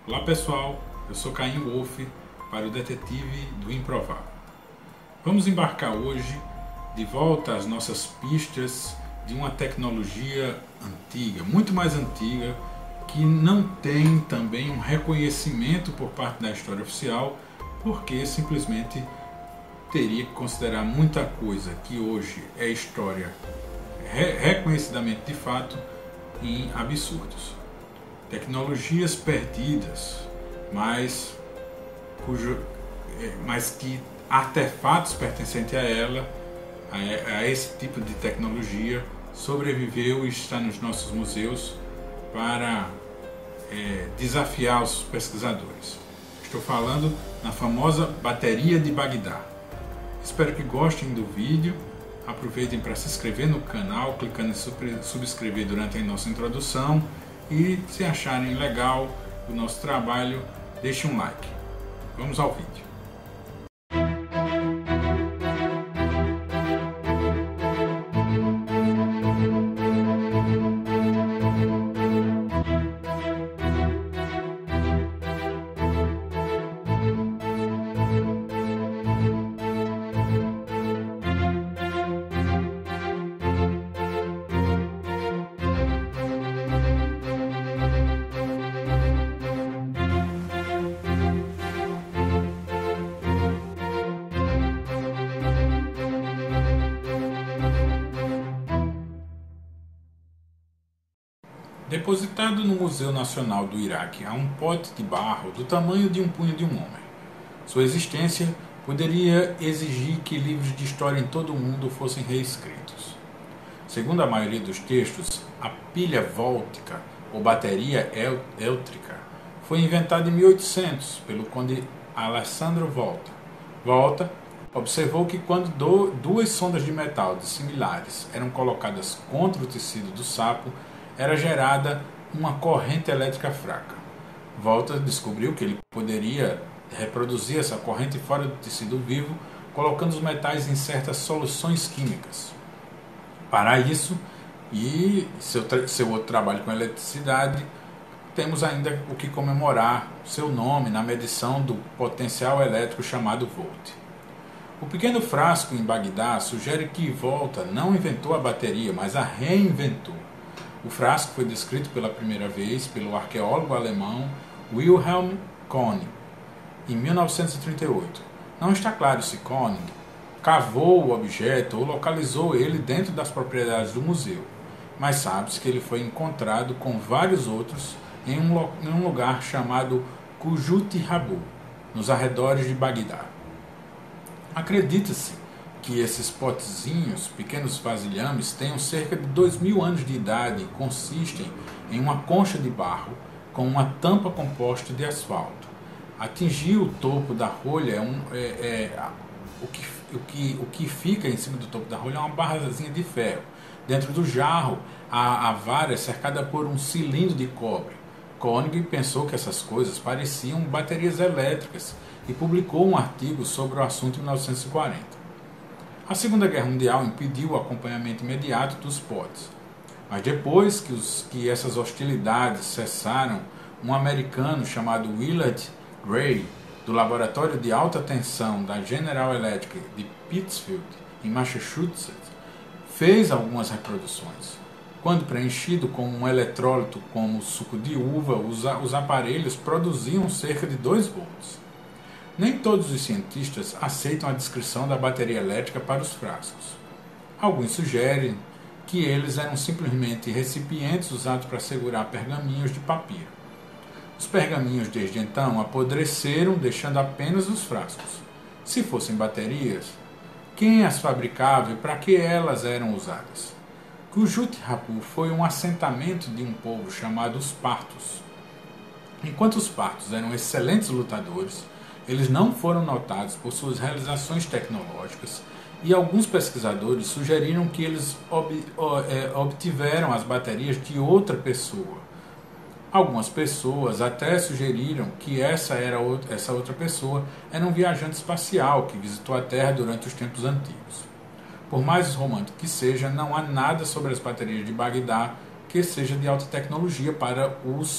Olá pessoal, eu sou Caim Wolf para o Detetive do Improvável. Vamos embarcar hoje de volta às nossas pistas de uma tecnologia antiga, muito mais antiga, que não tem também um reconhecimento por parte da história oficial, porque simplesmente teria que considerar muita coisa que hoje é história reconhecidamente de fato em absurdos. Tecnologias perdidas, mas que artefatos pertencentes a ela, a esse tipo de tecnologia, sobreviveu e está nos nossos museus para desafiar os pesquisadores. Estou falando na famosa bateria de Bagdá. Espero que gostem do vídeo. Aproveitem para se inscrever no canal, clicando em subscrever durante a nossa introdução. E se acharem legal o nosso trabalho, deixe um like. Vamos ao vídeo. Depositado no Museu Nacional do Iraque há um pote de barro do tamanho de um punho de um homem. Sua existência poderia exigir que livros de história em todo o mundo fossem reescritos. Segundo a maioria dos textos, a pilha vóltica ou bateria elétrica foi inventada em 1800 pelo conde Alessandro Volta. Volta observou que quando duas sondas de metal dissimilares eram colocadas contra o tecido do sapo, era gerada uma corrente elétrica fraca. Volta descobriu que ele poderia reproduzir essa corrente fora do tecido vivo, colocando os metais em certas soluções químicas. Para isso, e seu outro trabalho com eletricidade, temos ainda o que comemorar seu nome na medição do potencial elétrico chamado volt. O pequeno frasco em Bagdá sugere que Volta não inventou a bateria, mas a reinventou. O frasco foi descrito pela primeira vez pelo arqueólogo alemão Wilhelm König, em 1938. Não está claro se König cavou o objeto ou localizou ele dentro das propriedades do museu, mas sabe-se que ele foi encontrado com vários outros em um lugar chamado Kujut Rabu, nos arredores de Bagdá. Acredita-se que esses potezinhos, pequenos vasilhames, tenham cerca de 2000 anos de idade e consistem em uma concha de barro com uma tampa composta de asfalto. Atingir o topo da rolha o que fica em cima do topo da rolha é uma barrazinha de ferro. Dentro do jarro, a vara é cercada por um cilindro de cobre. König pensou que essas coisas pareciam baterias elétricas e publicou um artigo sobre o assunto em 1940. A Segunda Guerra Mundial impediu o acompanhamento imediato dos potes, mas depois que essas hostilidades cessaram, um americano chamado Willard Gray, do Laboratório de Alta Tensão da General Electric de Pittsfield, em Massachusetts, fez algumas reproduções. Quando preenchido com um eletrólito como suco de uva, os aparelhos produziam cerca de 2 volts. Nem todos os cientistas aceitam a descrição da bateria elétrica para os frascos. Alguns sugerem que eles eram simplesmente recipientes usados para segurar pergaminhos de papiro. Os pergaminhos desde então apodreceram, deixando apenas os frascos. Se fossem baterias, quem as fabricava e para que elas eram usadas? Kujut Rabu foi um assentamento de um povo chamado os Partos. Enquanto os Partos eram excelentes lutadores, eles não foram notados por suas realizações tecnológicas e alguns pesquisadores sugeriram que eles obtiveram as baterias de outra pessoa. Algumas pessoas até sugeriram que essa outra pessoa era um viajante espacial que visitou a Terra durante os tempos antigos. Por mais romântico que seja, não há nada sobre as baterias de Bagdá que seja de alta tecnologia para os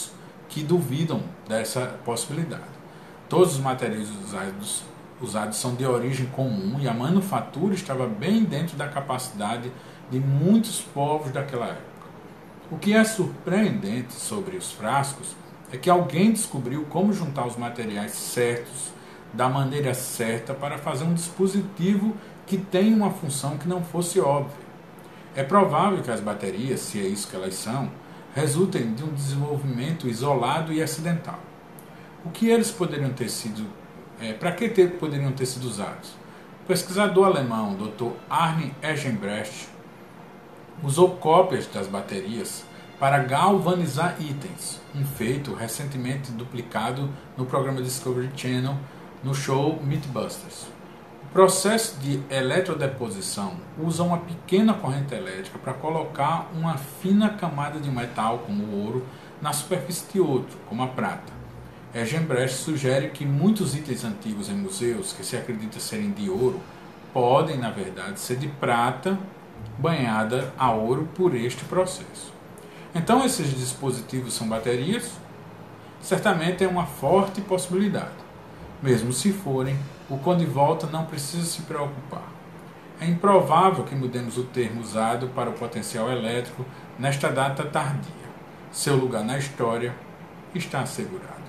que duvidam dessa possibilidade. Todos os materiais usados são de origem comum e a manufatura estava bem dentro da capacidade de muitos povos daquela época. O que é surpreendente sobre os frascos é que alguém descobriu como juntar os materiais certos, da maneira certa, para fazer um dispositivo que tem uma função que não fosse óbvia. É provável que as baterias, se é isso que elas são, resultem de um desenvolvimento isolado e acidental. O que eles poderiam ter sido, para que poderiam ter sido usados? O pesquisador alemão Dr. Arne Eggebrecht usou cópias das baterias para galvanizar itens, um feito recentemente duplicado no programa Discovery Channel no show Mythbusters. O processo de eletrodeposição usa uma pequena corrente elétrica para colocar uma fina camada de metal, como o ouro, na superfície de outro, como a prata. Eggebrecht sugere que muitos itens antigos em museus, que se acredita serem de ouro, podem, na verdade, ser de prata banhada a ouro por este processo. Então, esses dispositivos são baterias? Certamente é uma forte possibilidade. Mesmo se forem, o Conde Volta não precisa se preocupar. É improvável que mudemos o termo usado para o potencial elétrico nesta data tardia. Seu lugar na história está assegurado.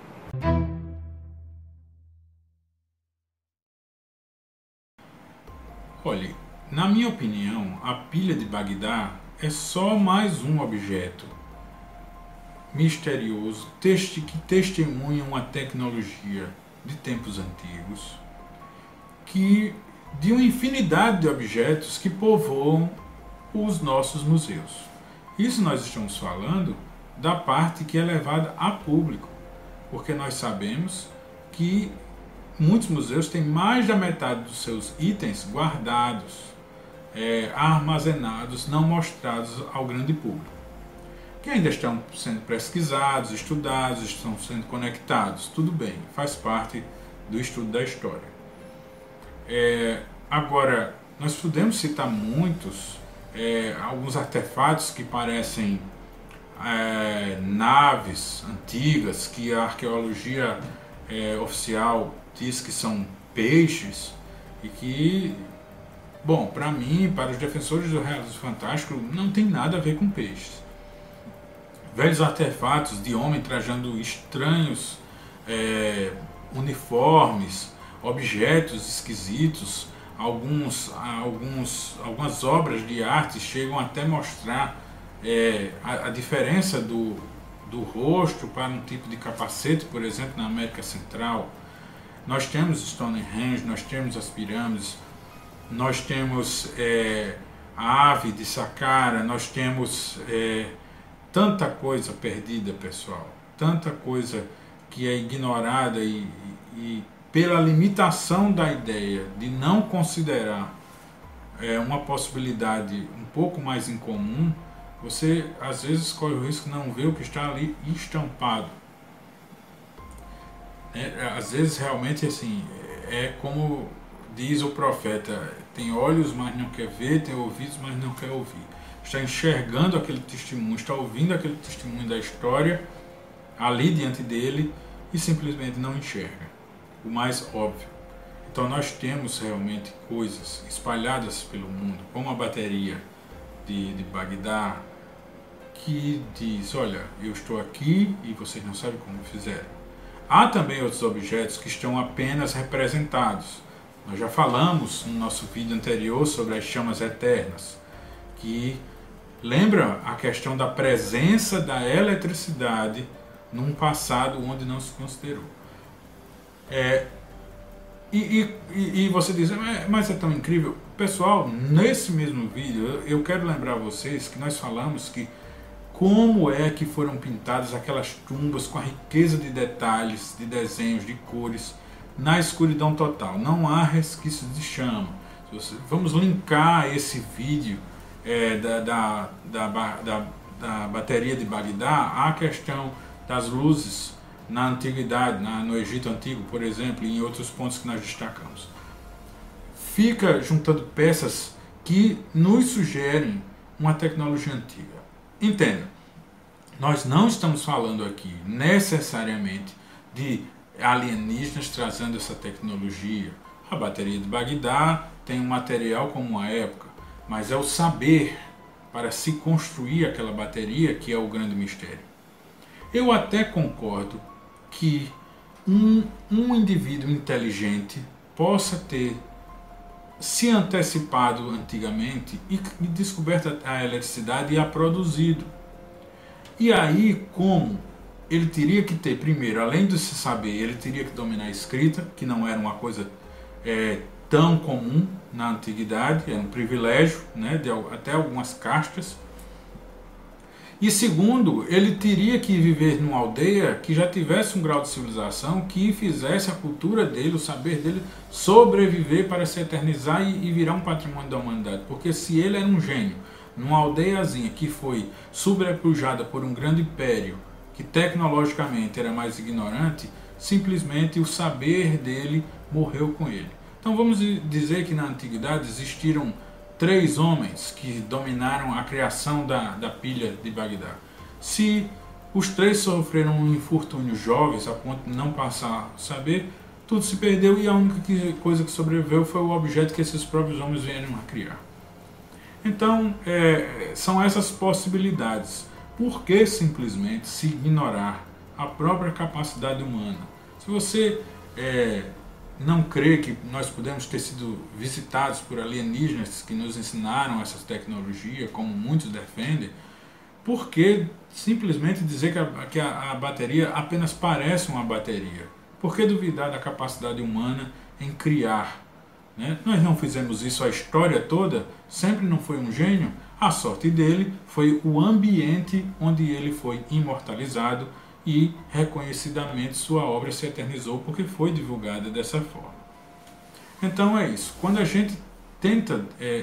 Olhe, na minha opinião, a pilha de Bagdá é só mais um objeto misterioso que testemunha uma tecnologia de tempos antigos, de uma infinidade de objetos que povoam os nossos museus. Isso nós estamos falando da parte que é levada a público, porque nós sabemos que muitos museus têm mais da metade dos seus itens guardados, armazenados, não mostrados ao grande público, que ainda estão sendo pesquisados, estudados, estão sendo conectados. Tudo bem, faz parte do estudo da história. Agora, nós podemos citar alguns artefatos que parecem naves antigas, que a arqueologia oficial diz que são peixes, e que, bom, para mim, para os defensores do realismo fantástico, não tem nada a ver com peixes. Velhos artefatos de homem trajando estranhos uniformes, objetos esquisitos, algumas obras de arte chegam até mostrar a diferença do rosto para um tipo de capacete, por exemplo, na América Central. Nós temos Stonehenge, nós temos as pirâmides, nós temos a ave de Saqqara, nós temos tanta coisa perdida, pessoal, tanta coisa que é ignorada e pela limitação da ideia de não considerar uma possibilidade um pouco mais incomum, você às vezes corre o risco de não ver o que está ali estampado. Às vezes realmente assim, é como diz o profeta, tem olhos, mas não quer ver, tem ouvidos, mas não quer ouvir. Está enxergando aquele testemunho, está ouvindo aquele testemunho da história ali diante dele e simplesmente não enxerga o mais óbvio. Então nós temos realmente coisas espalhadas pelo mundo, como a bateria de Bagdá, que diz, olha, eu estou aqui e vocês não sabem como fizeram. Há também outros objetos que estão apenas representados. Nós já falamos no nosso vídeo anterior sobre as chamas eternas, que lembra a questão da presença da eletricidade num passado onde não se considerou. E você diz, mas é tão incrível. Pessoal, nesse mesmo vídeo eu quero lembrar a vocês que nós falamos que como é que foram pintadas aquelas tumbas com a riqueza de detalhes, de desenhos, de cores, na escuridão total. Não há resquício de chama. Vamos linkar esse vídeo da bateria de Bagdá à questão das luzes na antiguidade, no Egito Antigo, por exemplo, e em outros pontos que nós destacamos. Fica juntando peças que nos sugerem uma tecnologia antiga. Entenda, Nós não estamos falando aqui necessariamente de alienígenas trazendo essa tecnologia. A bateria de Bagdá tem um material como a época, mas é o saber para se construir aquela bateria que é o grande mistério. Eu até concordo que um indivíduo inteligente possa ter se antecipado antigamente e descoberto a eletricidade e a produzido. E aí, como ele teria que ter, primeiro, além de se saber, ele teria que dominar a escrita, que não era uma coisa tão comum na antiguidade, era um privilégio, né, de até algumas castas. E segundo, ele teria que viver numa aldeia que já tivesse um grau de civilização que fizesse a cultura dele, o saber dele, sobreviver para se eternizar e virar um patrimônio da humanidade. Porque se ele era um gênio, numa aldeiazinha que foi sobrepujada por um grande império, que tecnologicamente era mais ignorante, simplesmente o saber dele morreu com ele. Então vamos dizer que na antiguidade existiram 3 homens que dominaram a criação da pilha de Bagdá. Se os 3 sofreram um infortúnio jovens a ponto de não passar a saber, tudo se perdeu e a única coisa que sobreviveu foi o objeto que esses próprios homens vieram a criar. Então, são essas possibilidades. Por que simplesmente se ignorar a própria capacidade humana? Se você não crê que nós podemos ter sido visitados por alienígenas que nos ensinaram essas tecnologias, como muitos defendem, por que simplesmente dizer que a bateria apenas parece uma bateria? Por que duvidar da capacidade humana em criar? Né? Nós não fizemos isso a história toda, sempre não foi um gênio. A sorte dele foi o ambiente onde ele foi imortalizado e reconhecidamente sua obra se eternizou porque foi divulgada dessa forma. Então é isso. Quando a gente tenta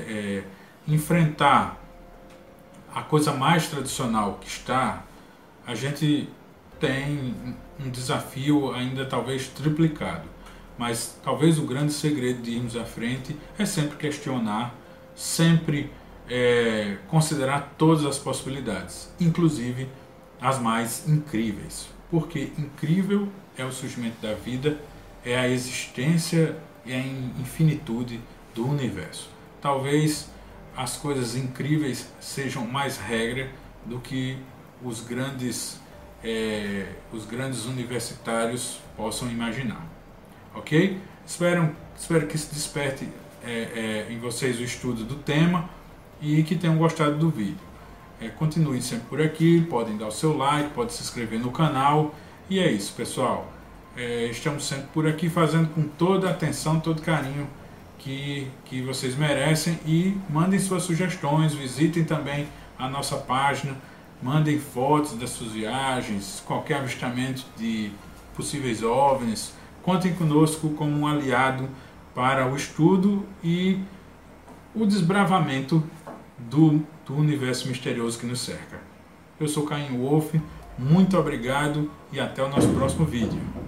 enfrentar a coisa mais tradicional que está, a gente tem um desafio ainda talvez triplicado. Mas talvez o grande segredo de irmos à frente é sempre questionar, sempre considerar todas as possibilidades, inclusive as mais incríveis. Porque incrível é o surgimento da vida, é a existência e a infinitude do universo. Talvez as coisas incríveis sejam mais regra do que os grandes universitários possam imaginar. Ok? Espero que se desperte em vocês o estudo do tema e que tenham gostado do vídeo. Continue sempre por aqui, podem dar o seu like, podem se inscrever no canal. E é isso, pessoal. Estamos sempre por aqui fazendo com toda a atenção, todo carinho que vocês merecem. E mandem suas sugestões, visitem também a nossa página, mandem fotos das suas viagens, qualquer avistamento de possíveis OVNIs. Contem conosco como um aliado para o estudo e o desbravamento do universo misterioso que nos cerca. Eu sou Caim Wolf, muito obrigado e até o nosso próximo vídeo.